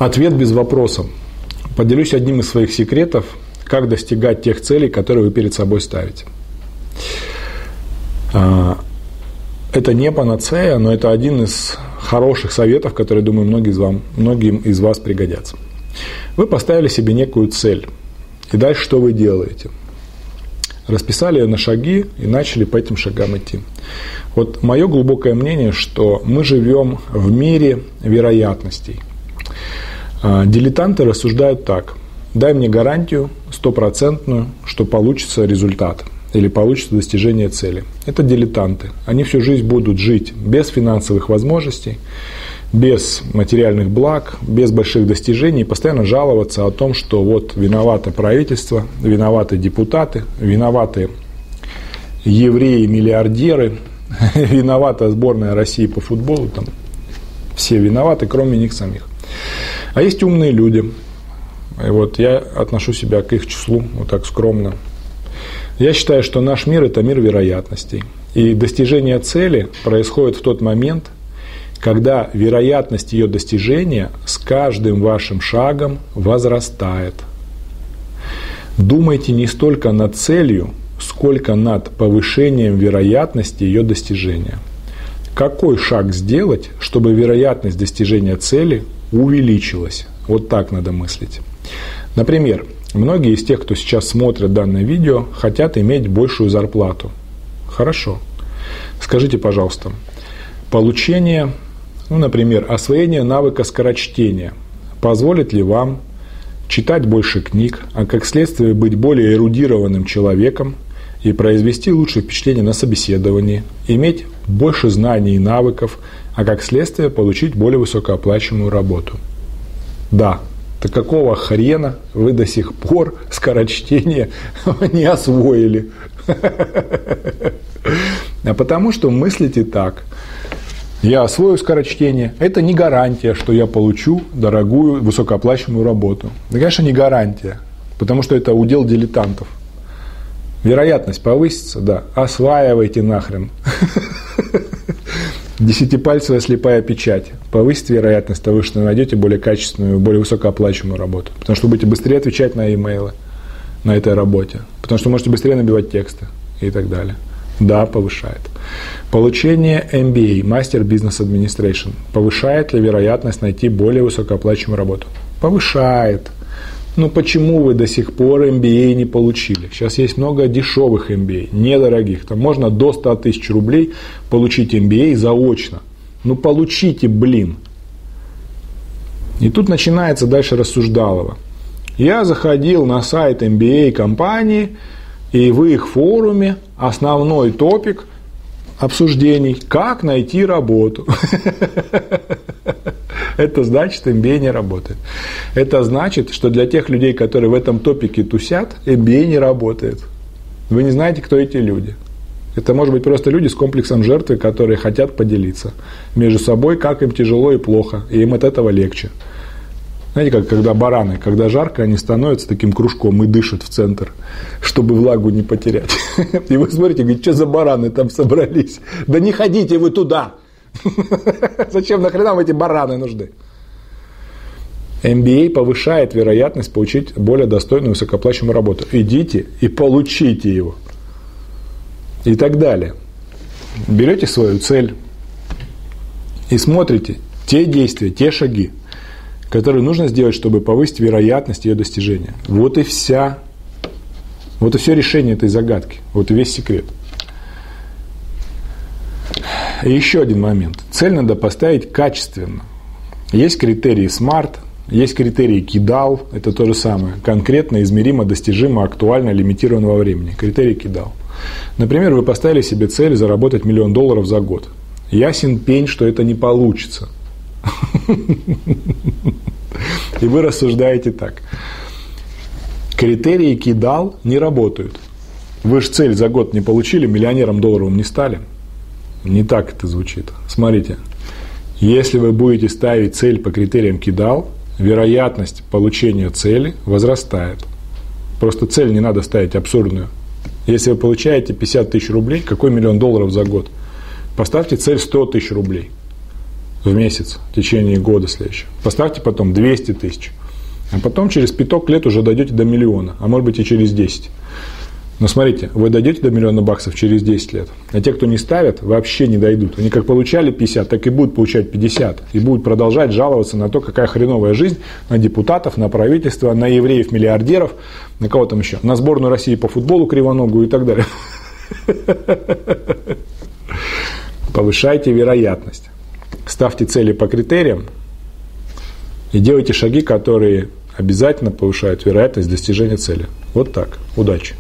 Ответ без вопроса. Поделюсь одним из своих секретов, как достигать тех целей, которые вы перед собой ставите. Это не панацея, но это один из хороших советов, которые, думаю, многим из вас пригодятся. Вы поставили себе некую цель. И дальше что вы делаете? Расписали ее на шаги и начали по этим шагам идти. Вот мое глубокое мнение, что мы живем в мире вероятностей. Дилетанты рассуждают так. Дай мне гарантию стопроцентную, что получится результат или получится достижение цели. Это дилетанты. Они всю жизнь будут жить без финансовых возможностей, без материальных благ, без больших достижений, и постоянно жаловаться о том, что вот виновато правительство, виноваты депутаты, виноваты евреи-миллиардеры, виновата сборная России по футболу, там все виноваты, кроме них самих. А есть умные люди. И вот я отношу себя к их числу, вот так скромно. Я считаю, что наш мир – это мир вероятностей. И достижение цели происходит в тот момент, когда вероятность ее достижения с каждым вашим шагом возрастает. Думайте не столько над целью, сколько над повышением вероятности ее достижения. Какой шаг сделать, чтобы вероятность достижения цели увеличилась? Вот так надо мыслить. Например, многие из тех, кто сейчас смотрит данное видео, хотят иметь большую зарплату. Хорошо. Скажите, пожалуйста, получение, например, освоение навыка скорочтения позволит ли вам читать больше книг, а как следствие быть более эрудированным человеком и произвести лучшее впечатление на собеседовании, иметь больше знаний и навыков, а как следствие получить более высокооплачиваемую работу? Да. Так какого хрена вы до сих пор скорочтение не освоили? А потому что мыслите так. Я освою скорочтение. Это не гарантия, что я получу дорогую, высокооплачиваемую работу. Да, конечно, не гарантия. Потому что это удел дилетантов. Вероятность повысится, да. Осваивайте нахрен. Десятипальцевая слепая печать. Повысит вероятность того, что вы найдете более качественную, более высокооплачиваемую работу. Потому что вы будете быстрее отвечать на имейлы на этой работе. Потому что вы можете быстрее набивать тексты и так далее. Да, повышает. Получение MBA, Master Business Administration. Повышает ли вероятность найти более высокооплачиваемую работу? Повышает. Но почему вы до сих пор MBA не получили? Сейчас есть много дешевых MBA, недорогих. Там можно до 100 тысяч рублей получить MBA заочно. Ну получите, блин. И тут начинается дальше рассуждалово. Я заходил на сайт MBA компании, и в их форуме основной топик обсуждений – как найти работу. Это значит, MBA не работает. Это значит, что для тех людей, которые в этом топике тусят, MBA не работает. Вы не знаете, кто эти люди. Это может быть просто люди с комплексом жертвы, которые хотят поделиться между собой, как им тяжело и плохо, и им от этого легче. Знаете, как когда бараны, когда жарко, они становятся таким кружком и дышат в центр, чтобы влагу не потерять. И вы смотрите, говорите, что за бараны там собрались? Да не ходите вы туда! Зачем нахрена вам эти бараны нужны? MBA повышает вероятность получить более достойную высокооплачиваемую работу. Идите и получите его. И так далее. Берете свою цель и смотрите те действия, те шаги, которые нужно сделать, чтобы повысить вероятность ее достижения. Вот и все решение этой загадки. Вот и весь секрет. И еще один момент. Цель надо поставить качественно. Есть критерии SMART, есть критерии KIDAL, это то же самое. Конкретно, измеримо, достижимо, актуально, лимитировано во времени. Критерии KIDAL. Например, вы поставили себе цель заработать $1 миллион за год. Ясен пень, что это не получится. И вы рассуждаете так. Критерии KIDAL не работают. Вы же цель за год не получили, миллионером долларовым не стали. Не так это звучит. Смотрите. Если вы будете ставить цель по критериям KIDAL, вероятность получения цели возрастает. Просто цель не надо ставить абсурдную. Если вы получаете 50 тысяч рублей, какой $1 миллион за год? Поставьте цель 100 тысяч рублей. в месяц в течение года следующего. Поставьте потом 200 тысяч. А потом через 5 лет уже дойдете до миллиона, а может быть и через 10. Но смотрите, вы дойдете до миллиона баксов через 10 лет, а те, кто не ставят, вообще не дойдут. Они как получали 50, так и будут получать 50. И будут продолжать жаловаться на то, какая хреновая жизнь, на депутатов, на правительство, на евреев-миллиардеров, на кого там еще, на сборную России по футболу кривоногую и так далее. Повышайте вероятность. Ставьте цели по критериям и делайте шаги, которые обязательно повышают вероятность достижения цели. Вот так. Удачи!